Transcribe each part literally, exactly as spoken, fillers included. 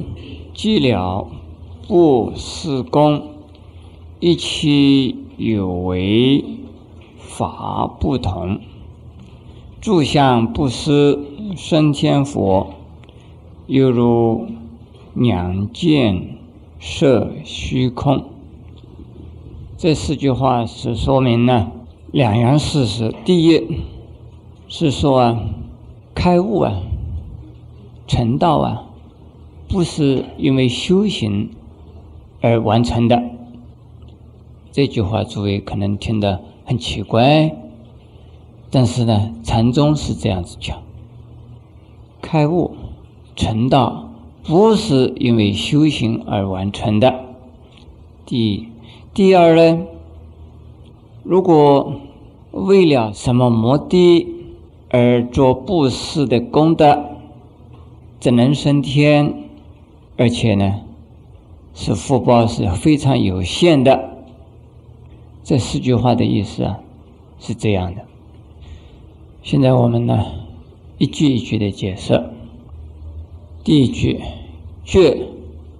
寂了不思功，一期有为法不同。住相不思升天佛，犹如两箭射虚空。这四句话是说明呢两样事实。第一是说啊，开悟啊，成道啊，不是因为修行而完成的。这句话诸位可能听得很奇怪，但是呢，禅宗是这样子讲：开悟成道不是因为修行而完成的。第一，第二呢，如果为了什么目的而做布施的功德，只能升天，而且呢，是福报是非常有限的。这四句话的意思啊，是这样的。现在我们呢，一句一句的解释。第一句，觉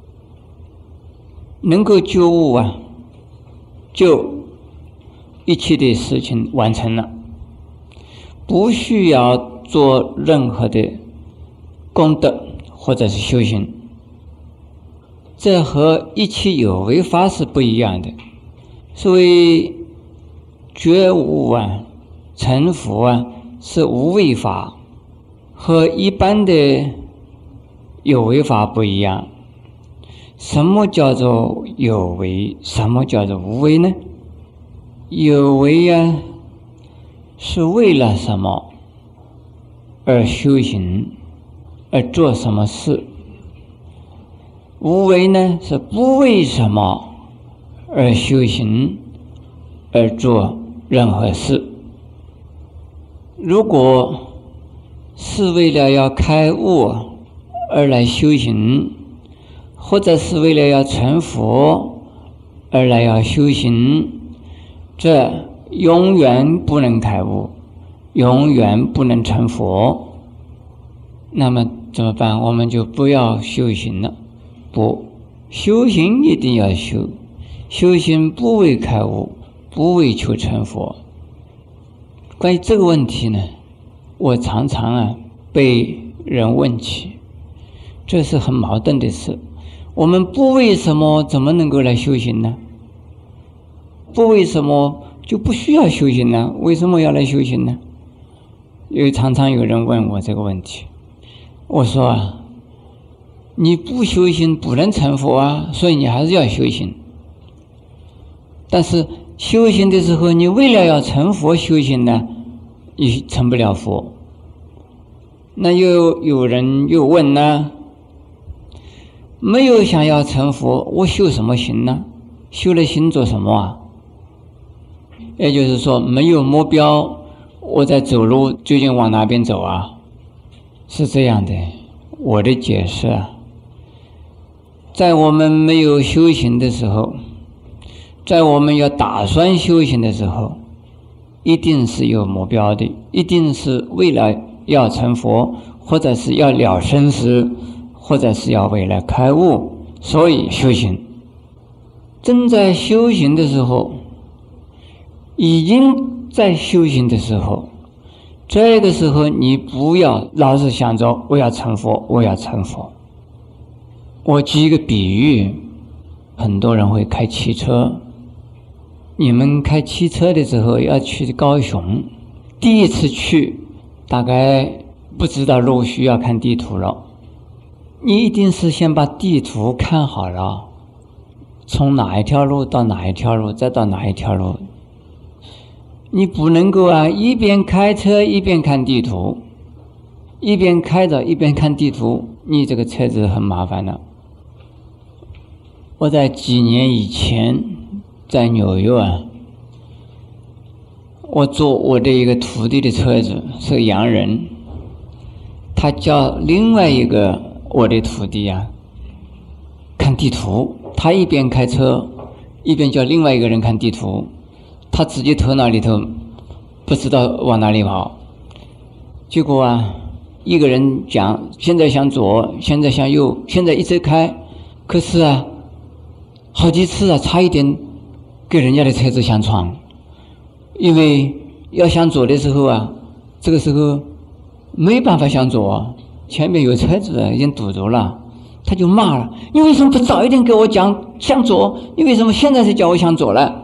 能够觉悟啊，就一切的事情完成了，不需要做任何的功德或者是修行。这和一切有为法是不一样的。所谓觉悟啊，成佛啊，是无为法，和一般的有为法不一样。什么叫做有为？什么叫做无为呢？有为啊，是为了什么而修行，而做什么事；无为呢，是不为什么而修行，而做任何事。如果是为了要开悟而来修行，或者是为了要成佛而来要修行，这永远不能开悟，永远不能成佛。那么怎么办？我们就不要修行了。不，修行一定要修，修行不为开悟，不为求成佛。关于这个问题呢，我常常啊被人问起，这是很矛盾的事。我们不为什么怎么能够来修行呢？不为什么就不需要修行呢？为什么要来修行呢？因为常常有人问我这个问题，我说啊，你不修行不能成佛啊，所以你还是要修行。但是修行的时候，你为了要成佛修行呢，你成不了佛。那又有人又问呢，没有想要成佛，我修什么行呢？修了行做什么啊？也就是说，没有目标，我在走路究竟往哪边走啊？是这样的。我的解释啊，在我们没有修行的时候，在我们要打算修行的时候，一定是有目标的，一定是为了要成佛，或者是要了生死，或者是要为了开悟，所以修行。正在修行的时候，已经在修行的时候，这个时候你不要老是想着我要成佛，我要成佛。我举一个比喻，很多人会开汽车，你们开汽车的时候要去高雄，第一次去大概不知道路，需要看地图了。你一定是先把地图看好了，从哪一条路到哪一条路，再到哪一条路。你不能够啊一边开车一边看地图，一边开着一边看地图，你这个车子很麻烦的。我在几年以前在纽约啊，我坐我的一个徒弟的车子，是个洋人，他叫另外一个我的徒弟啊看地图，他一边开车一边叫另外一个人看地图，他自己头脑里头不知道往哪里跑。结果啊， 一个人讲现在向左，现在向右，现在一直开，可是啊好几次啊差一点给人家的车子相撞，因为要向左的时候啊，这个时候没办法向左，前面有车子已经堵住了，他就骂了，你为什么不早一点给我讲向左，你为什么现在才叫我向左了？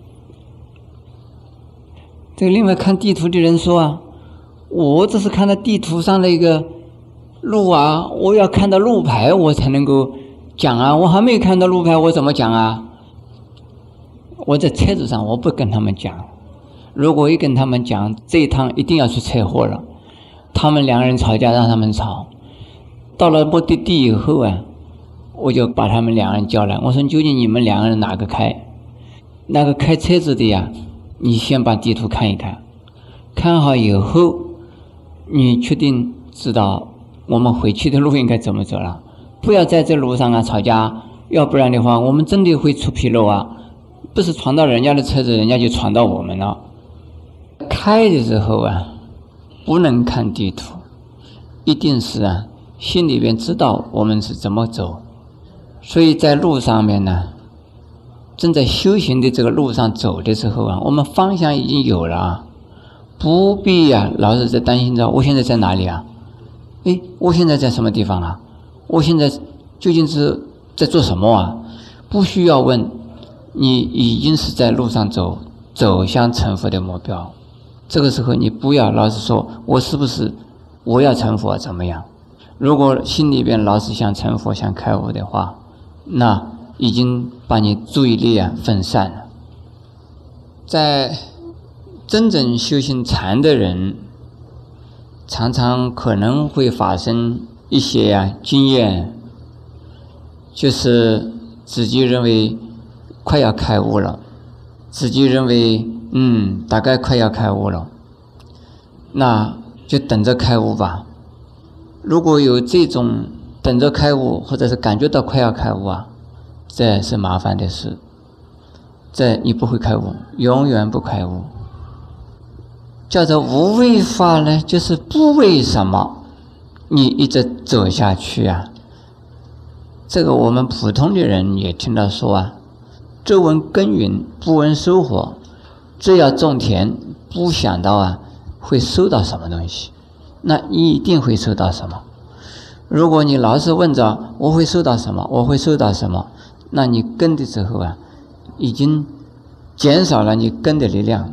这个另外看地图的人说啊，我只是看到地图上的一个路啊，我要看到路牌我才能够讲啊，我还没有看到路牌我怎么讲啊？我在车子上我不跟他们讲，如果一跟他们讲，这一趟一定要出车祸了。他们两个人吵架让他们吵，到了目的地以后啊，我就把他们两个人叫来，我说究竟你们两个人哪个开？那个开车子的呀，你先把地图看一看，看好以后你确定知道我们回去的路应该怎么走了，不要在这路上啊吵架，要不然的话我们真的会出纰漏啊，不是闯到人家的车子，人家就闯到我们了。开的时候啊不能看地图，一定是啊心里边知道我们是怎么走，所以在路上面呢，正在修行的这个路上走的时候啊，我们方向已经有了啊，不必啊老是在担心着我现在在哪里啊，诶，我现在在什么地方啊，我现在究竟是在做什么啊，不需要问，你已经是在路上走，走向成佛的目标。这个时候你不要老是说我是不是我要成佛怎么样，如果心里边老是想成佛想开悟的话，那已经把你注意力啊分散了。在真正修行禅的人，常常可能会发生一些啊经验，就是自己认为快要开悟了，自己认为嗯大概快要开悟了，那就等着开悟吧。如果有这种等着开悟或者是感觉到快要开悟啊，这是麻烦的事，这你不会开悟，永远不开悟。叫做无为法呢，就是不为什么你一直走下去啊。这个我们普通的人也听到说啊，只闻耕耘不闻收获，只要种田不想到啊会收到什么东西，那你一定会收到什么。如果你老是问着我会收到什么我会收到什么，那你耕的时候啊已经减少了你耕的力量。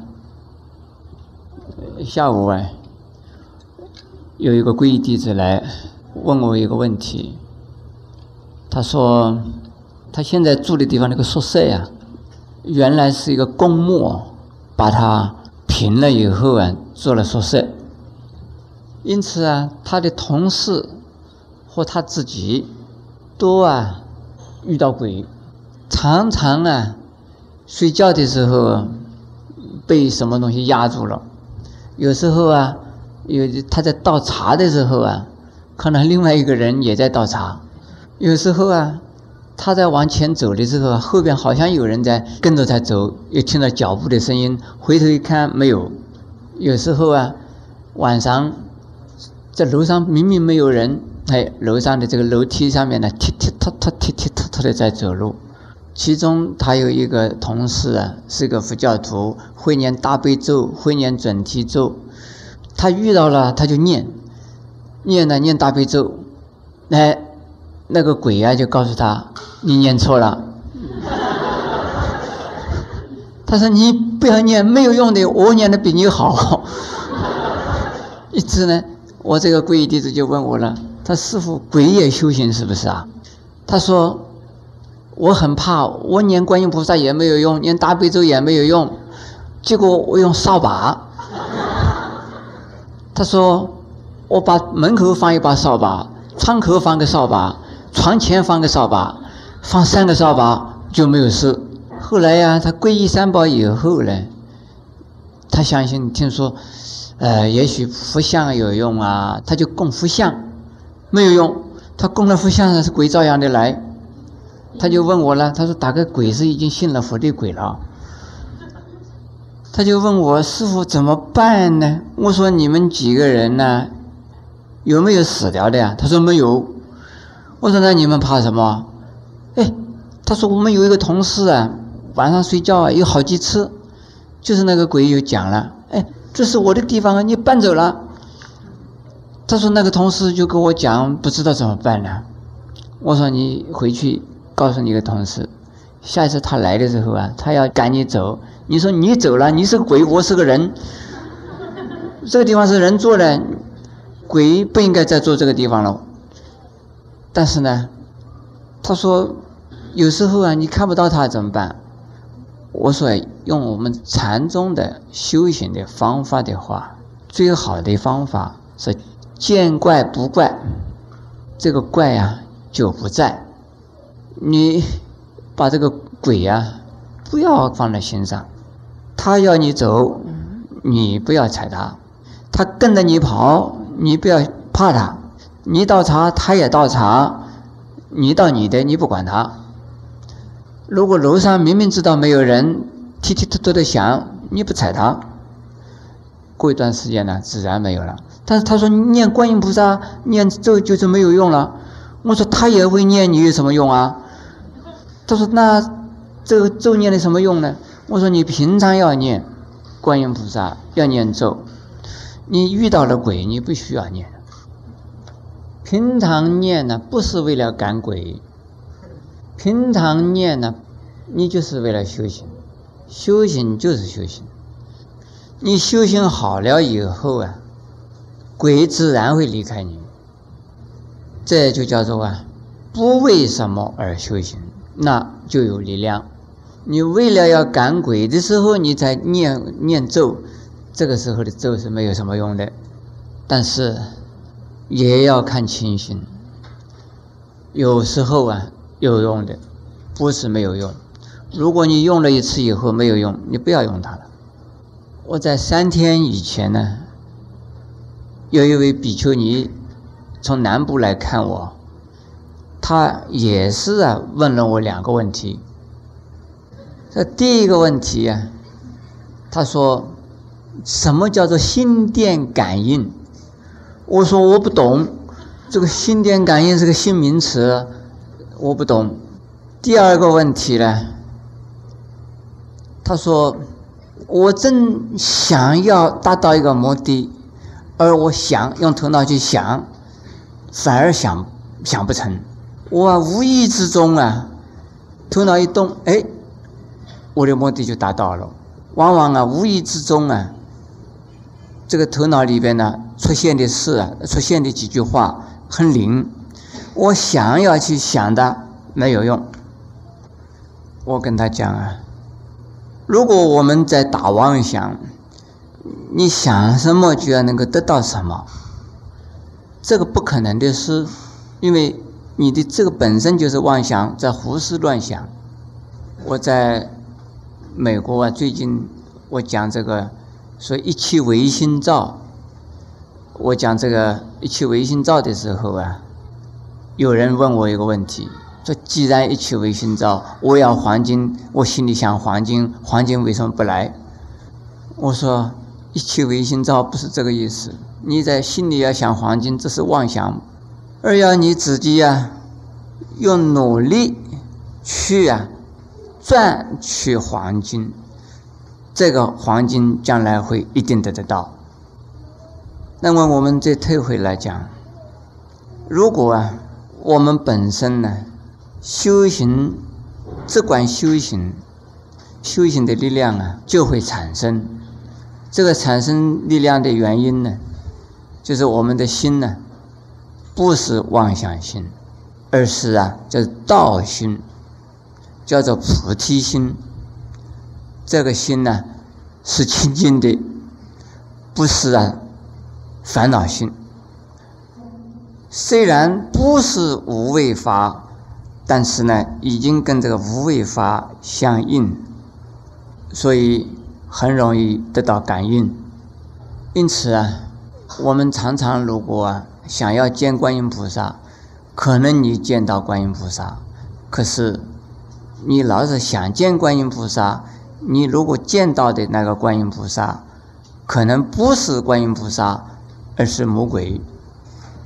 下午啊有一个皈依弟子来问我一个问题，他说他现在住的地方那个宿舍呀、啊，原来是一个公墓，把它平了以后啊做了宿舍，因此啊他的同事或他自己都啊遇到鬼，常常啊睡觉的时候被什么东西压住了，有时候啊有他在倒茶的时候啊，可能另外一个人也在倒茶，有时候啊他在往前走的时候，后边好像有人在跟着他走，又听到脚步的声音，回头一看没有。有时候啊晚上在楼上明明没有人，哎，楼上的这个楼梯上面呢踢踢踏踏踢踢踏踏的在走路。其中他有一个同事啊是个佛教徒，会念大悲咒，会念准提咒，他遇到了他就念念了念大悲咒，哎，那个鬼啊就告诉他你念错了他说你不要念，没有用的，我念的比你好一直呢我这个皈依弟子就问我了，他师父鬼也修行是不是啊？他说我很怕，我念观音菩萨也没有用，念大悲咒也没有用，结果我用扫把他说我把门口放一把扫把，窗口放个扫把，床前放个扫把，放三个扫把就没有事。后来呀、啊、他皈依三宝以后呢，他相信听说呃，也许佛像有用啊，他就供佛像，没有用，他供了佛像是鬼照样的来。他就问我了，他说大概鬼是已经信了佛的鬼了。他就问我师父怎么办呢？我说你们几个人呢有没有死掉的呀？他说没有。我说那你们怕什么？哎，他说我们有一个同事啊，晚上睡觉啊有好几次，就是那个鬼又讲了，哎，这是我的地方啊，你搬走了。他说那个同事就跟我讲，不知道怎么办呢。我说你回去告诉你的同事，下一次他来的时候啊，他要赶你走，你说你走了，你是个鬼，我是个人，这个地方是人做的，鬼不应该再做这个地方了。但是呢，他说有时候啊你看不到他怎么办？我说用我们禅宗的修行的方法的话，最好的方法是见怪不怪，这个怪啊就不在。你把这个鬼啊不要放在心上，他要你走你不要踩他，他跟着你跑你不要怕他，你倒茶他也倒茶，你倒你的你不管他。如果楼上明明知道没有人，踢踢突突的响，你不踩他，过一段时间呢自然没有了。但是他说念观音菩萨念咒就是没有用了。我说他也会念，你有什么用啊？他说那这个咒念的什么用呢？我说你平常要念观音菩萨，要念咒，你遇到了鬼你不需要念。平常念呢不是为了赶鬼，平常念呢你就是为了修行，修行就是修行。你修行好了以后啊，鬼自然会离开你。这就叫做啊不为什么而修行，那就有力量。你为了要赶鬼的时候你才念念咒，这个时候的咒是没有什么用的。但是也要看情形，有时候啊有用的，不是没有用。如果你用了一次以后没有用，你不要用它了。我在三天以前呢，有一位比丘尼从南部来看我，他也是啊问了我两个问题。这第一个问题啊，他说什么叫做心电感应？我说我不懂，这个心电感应是个新名词，我不懂。第二个问题呢，他说我正想要达到一个目的，而我想用头脑去想，反而想想不成。我啊无意之中啊头脑一动，哎，我的目的就达到了。往往啊无意之中啊这个头脑里边呢出现的事啊，出现的几句话很灵，我想要去想的没有用。我跟他讲啊，如果我们在打妄想，你想什么就要能够得到什么，这个不可能的事，因为你的这个本身就是妄想，在胡思乱想。我在美国啊，最近我讲这个说一气唯心造，我讲这个一气唯心造的时候啊，有人问我一个问题，说既然一气唯心造，我要黄金，我心里想黄金，黄金为什么不来？我说一气唯心造不是这个意思，你在心里要想黄金，这是妄想，而要你自己啊用努力去啊赚取黄金，这个黄金将来会一定得得到。那么我们再退回来讲，如果啊我们本身呢修行，只管修行，修行的力量啊就会产生。这个产生力量的原因呢，就是我们的心呢不是妄想心，而是啊叫道心，叫做菩提心。这个心呢是清净的，不是啊烦恼心。虽然不是无为法，但是呢已经跟这个无为法相应，所以很容易得到感应。因此啊我们常常如果啊想要见观音菩萨，可能你见到观音菩萨，可是你老是想见观音菩萨，你如果见到的那个观音菩萨可能不是观音菩萨，而是魔鬼。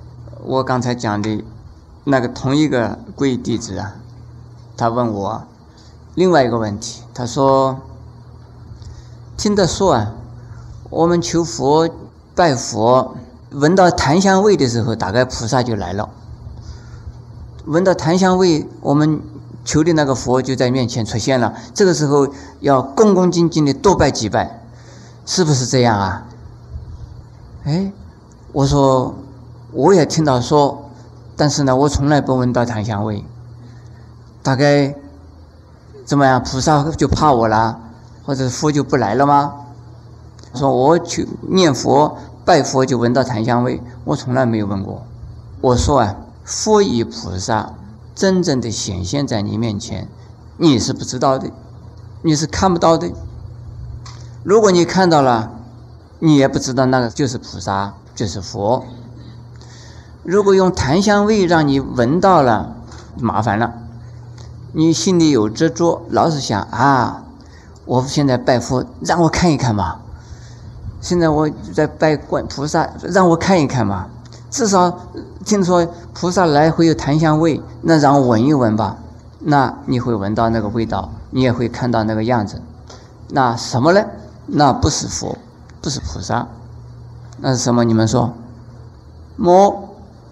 我刚才讲的那个同一个皈依弟子啊，他问我另外一个问题，他说听得说啊，我们求佛拜佛，闻到檀香味的时候，大概菩萨就来了。闻到檀香味，我们求的那个佛就在面前出现了。这个时候要恭恭敬敬的多拜几拜，是不是这样啊？哎，我说我也听到说，但是呢，我从来不闻到檀香味。大概怎么样？菩萨就怕我了，或者佛就不来了吗？说我去念佛拜佛就闻到檀香味，我从来没有闻过。我说啊，佛与菩萨真正的显现在你面前，你是不知道的，你是看不到的。如果你看到了，你也不知道那个就是菩萨，就是佛。如果用檀香味让你闻到了，麻烦了。你心里有执着，老是想啊，我现在拜佛，让我看一看吧。现在我在拜观菩萨，让我看一看吧。至少听说菩萨来会有檀香味，那让我闻一闻吧。那你会闻到那个味道，你也会看到那个样子。那什么呢？那不是佛，不是菩萨，那是什么？你们说？魔。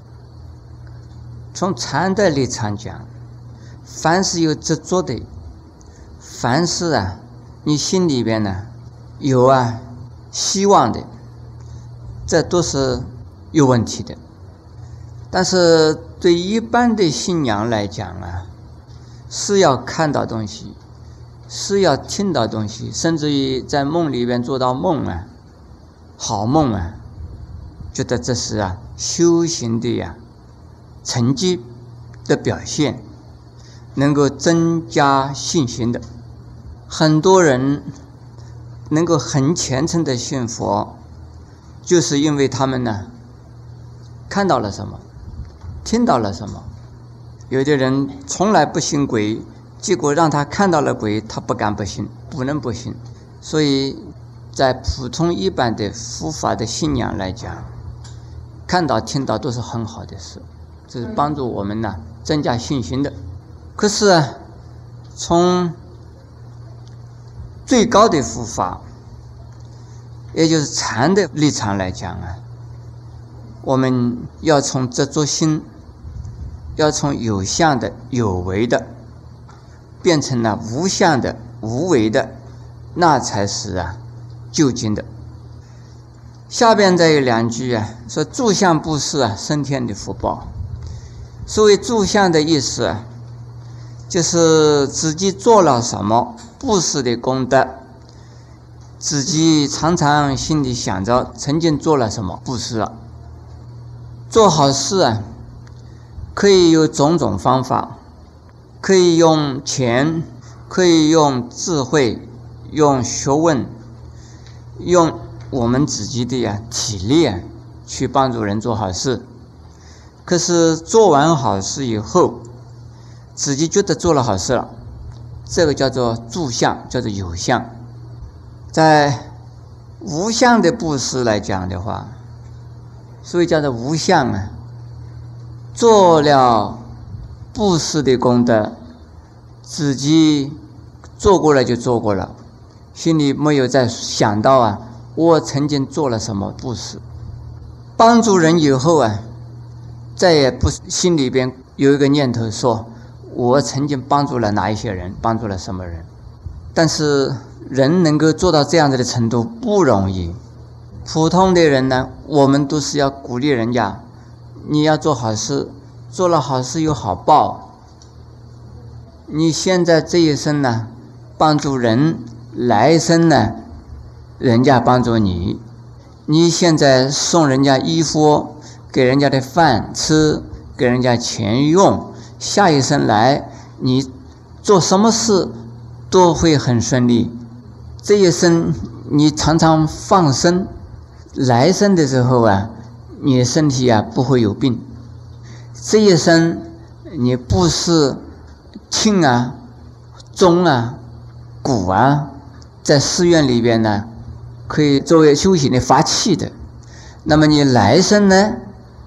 从禅的立场讲，凡是有执着的，凡是啊，你心里边呢有啊希望的，这都是有问题的。但是对一般的信仰来讲啊，是要看到东西，是要听到东西，甚至于在梦里边做到梦啊，好梦啊，觉得这是啊修行的呀、啊、成绩的表现，能够增加信心的。很多人能够很虔诚的信佛，就是因为他们呢看到了什么，听到了什么。有的人从来不信鬼，结果让他看到了鬼，他不敢不信，不能不信。所以在普通一般的佛法的信仰来讲，看到听到都是很好的事，这是帮助我们呢增加信心的。可是啊，从最高的佛法，也就是禅的立场来讲啊，我们要从执着心，要从有相的有为的变成了无相的无为的，那才是啊究竟的。下边再有两句啊，说住相布施啊，升天的福报。所谓住相的意思啊，就是自己做了什么布施的功德，自己常常心里想着曾经做了什么布施了。做好事啊，可以有种种方法，可以用钱，可以用智慧，用学问，用我们自己的呀体力啊，去帮助人做好事。可是做完好事以后，自己觉得做了好事了，这个叫做住相，叫做有相。在无相的布施来讲的话，所以叫做无相啊，做了布施的功德，自己做过了就做过了，心里没有再想到啊，我曾经做了什么布施。帮助人以后啊，再也不心里边有一个念头说我曾经帮助了哪一些人，帮助了什么人。但是人能够做到这样子的程度不容易。普通的人呢，我们都是要鼓励人家，你要做好事，做了好事有好报。你现在这一生呢帮助人，来生呢人家帮助你。你现在送人家衣服，给人家的饭吃，给人家钱用，下一生来你做什么事都会很顺利。这一生你常常放生，来生的时候啊，你的身体啊不会有病。这一生你布施磬啊、钟啊、鼓啊，在寺院里边呢可以作为修行的法器的。那么你来生呢，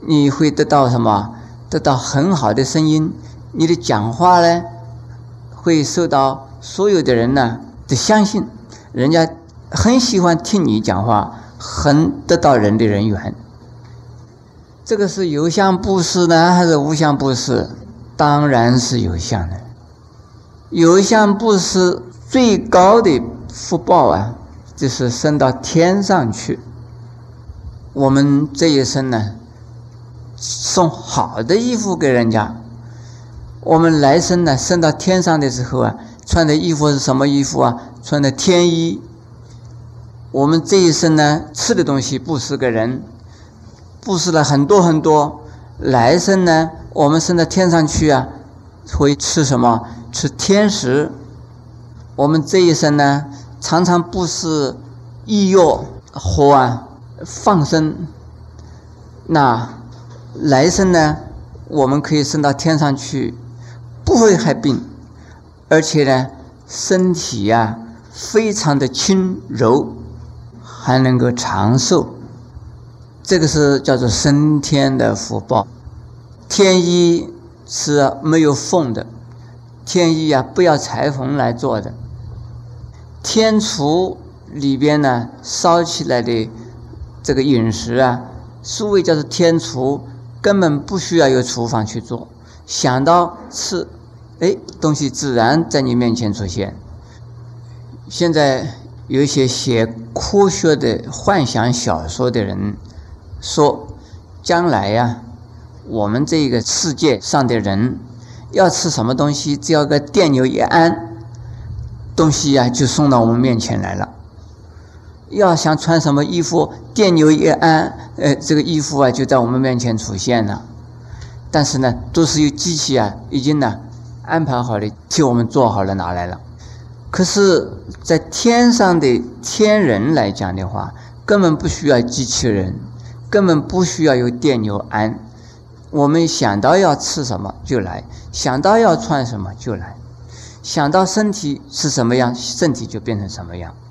你会得到什么？得到很好的声音，你的讲话呢会受到所有的人呢的相信，人家很喜欢听你讲话，很得到人的人缘。这个是有相布施呢还是无相布施？当然是有相的。有相布施最高的福报啊，就是升到天上去。我们这一生呢送好的衣服给人家，我们来生呢升到天上的时候啊，穿的衣服是什么衣服啊？穿的天衣。我们这一生呢吃的东西布施给人，布施了很多很多，来生呢我们升到天上去啊，会吃什么？吃天食。我们这一生呢常常布施医药和啊放生，那来生呢我们可以升到天上去，不会害病，而且呢身体啊非常的轻柔，还能够长寿。这个是叫做升天的福报。天衣是没有缝的，天衣啊不要裁缝来做的。天厨里边呢烧起来的这个饮食啊，所谓叫做天厨，根本不需要有厨房去做，想到吃，哎，东西自然在你面前出现。现在有一些写科学的幻想小说的人说，将来呀、啊，我们这个世界上的人要吃什么东西，只要个电钮一按，东西呀、啊、就送到我们面前来了。要想穿什么衣服，电钮一按，呃，这个衣服啊就在我们面前出现了。但是呢，都是由机器啊已经呢安排好了，替我们做好了拿来了。可是，在天上的天人来讲的话，根本不需要机器人，根本不需要有电钮按。我们想到要吃什么就来，想到要穿什么就来，想到身体是什么样，身体就变成什么样。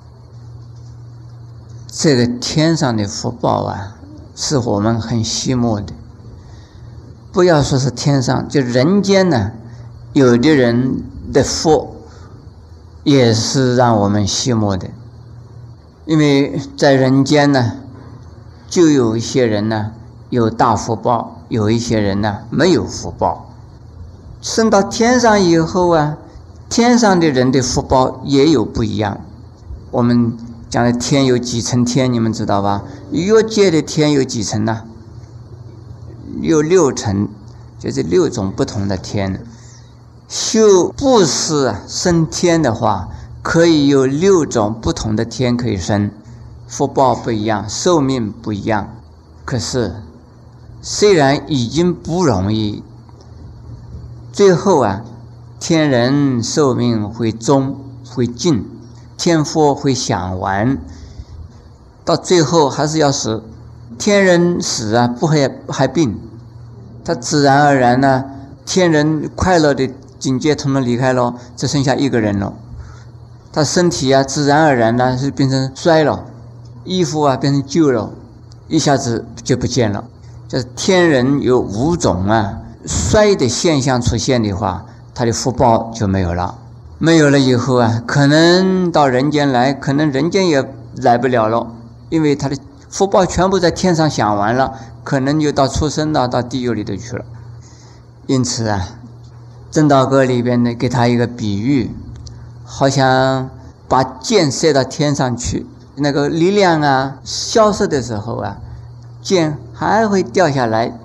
这个天上的福报啊，是我们很羡慕的。不要说是天上，就人间呢，有的人的福也是让我们羡慕的。因为在人间呢，就有一些人呢有大福报，有一些人呢没有福报。升到天上以后啊，天上的人的福报也有不一样。我们讲的天有几层天，你们知道吧？欲界的天有几层呢？有六层，就是六种不同的天。修布施啊升天的话，可以有六种不同的天可以升，福报不一样，寿命不一样。可是虽然已经不容易，最后啊，天人寿命会终会尽，天福会享完，到最后还是要死。天人死啊不会害病，他自然而然呢，天人快乐的境界统统离开了，只剩下一个人了。他身体啊自然而然呢是变成衰了，衣服啊变成旧了，一下子就不见了。就是天人有五种啊衰的现象出现的话，他的福报就没有了。没有了以后啊，可能到人间来，可能人间也来不了了，因为他的福报全部在天上享完了，可能就到畜生了，到地狱里头去了。因此啊，正道歌里边呢给他一个比喻，好像把箭射到天上去，那个力量啊消失的时候啊，箭还会掉下来。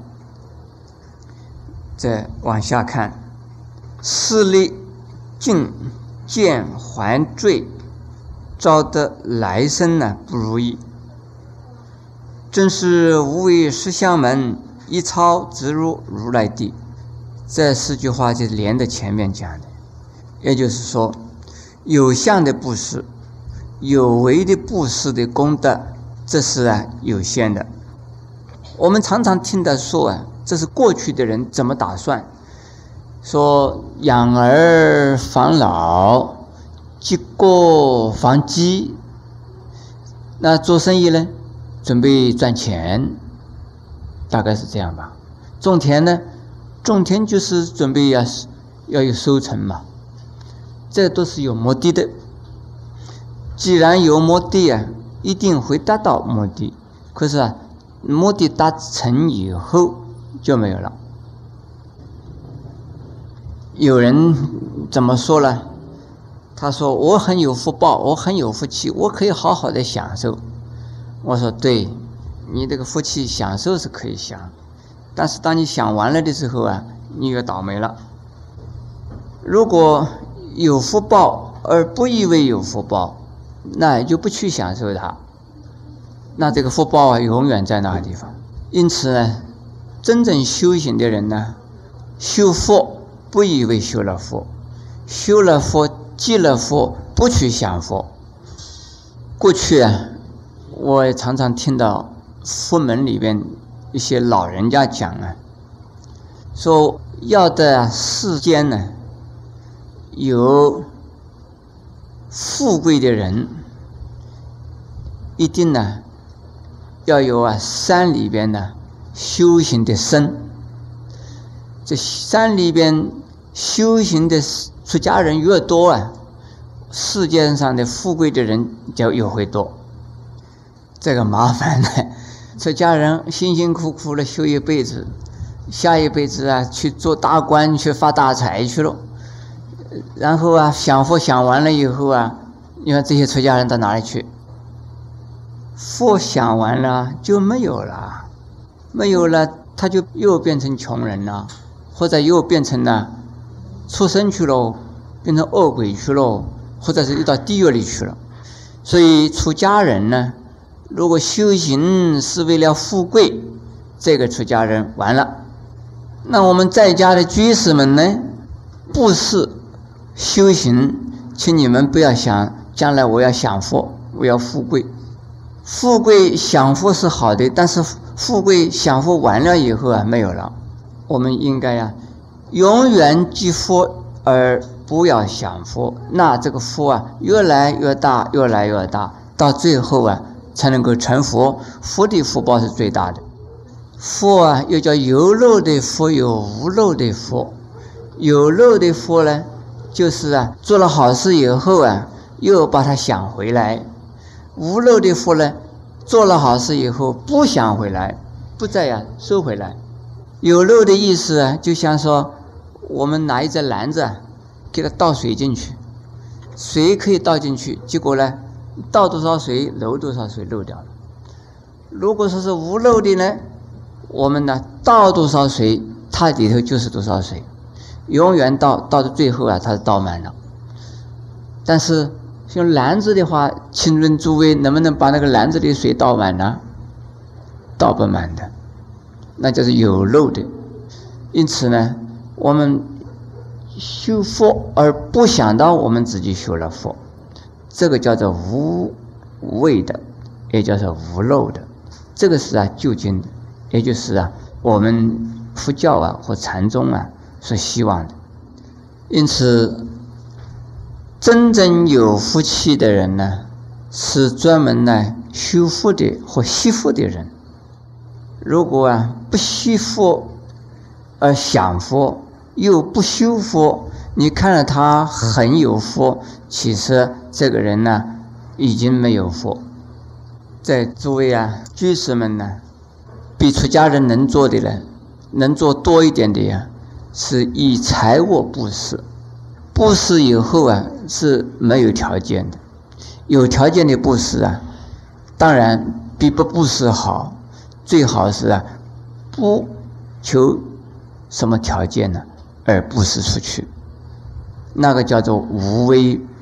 再往下看，势力尽，箭还坠，招得来生呢不如意。正是无为实相门，一操直入如来地。这四句话就是连着前面讲的，也就是说，有相的布施，有为的布施的功德，这是啊有限的。我们常常听得说啊，这是过去的人怎么打算，说养儿防老，积国防饥。那做生意呢，准备赚钱， 大概是这样吧。种田呢，种田就是准备要要有收成嘛，这都是有目的的。既然有目的啊，一定会达到目的。可是啊，目的达成以后就没有了。有人怎么说呢？他说我很有福报，我很有福气，我可以好好的享受。我说对，你这个福气享受是可以享，但是当你享完了的时候啊，你就倒霉了。如果有福报而不以为有福报，那就不去享受它，那这个福报啊永远在那个地方。因此呢，真正修行的人呢，修佛不以为修了佛，修了佛积了佛不去享佛。过去啊，我也常常听到佛门里边一些老人家讲啊，说要的世间呢有富贵的人，一定呢要有啊山里边呢修行的僧。这山里边修行的出家人越多啊，世界上的富贵的人就越会多。这个麻烦呢，出家人辛辛苦苦的修一辈子，下一辈子啊去做大官去发大财去了，然后啊享福享完了以后啊，你看这些出家人到哪里去？福享完了就没有了，没有了他就又变成穷人了，或者又变成了畜生去了，变成恶鬼去了，或者是又到地狱里去了。所以出家人呢，如果修行是为了富贵，这个出家人完了。那我们在家的居士们呢，不是修行，请你们不要想将来我要享福，我要富贵。富贵享福是好的，但是富贵享福完了以后啊，没有了。我们应该啊，永远积福而不要享福，那这个福啊越来越大，越来越大，到最后啊才能够成佛。佛的福报是最大的。佛啊又叫有漏的福，有无漏的福。有漏的福呢，就是啊做了好事以后啊，又把它想回来。无漏的福呢，做了好事以后不想回来，不再呀、啊、收回来。有漏的意思啊，就像说我们拿一只篮子啊，给它倒水进去，水可以倒进去，结果呢倒多少水漏多少水漏掉了。如果说是无漏的呢，我们呢倒多少水它里头就是多少水，永远倒到的最后啊它是倒满了。但是像篮子的话，请问诸位能不能把那个篮子里水倒满呢？倒不满的，那就是有漏的。因此呢，我们修佛而不想到我们自己修了佛，这个叫做无畏的，也叫做无漏的。这个是啊究竟的，也就是啊我们佛教啊或禅宗啊所希望的。因此真正有福气的人呢，是专门呢修福的或惜福的人。如果啊不惜福而享福，又不修福，你看了他很有福，其实这个人呢已经没有福。在诸位啊居士们呢，比出家人能做的呢，能做多一点的呀，是以财物布施。布施以后啊是没有条件的，有条件的布施啊，当然比不布施好。最好是啊不求什么条件呢而布施出去，那个叫做无为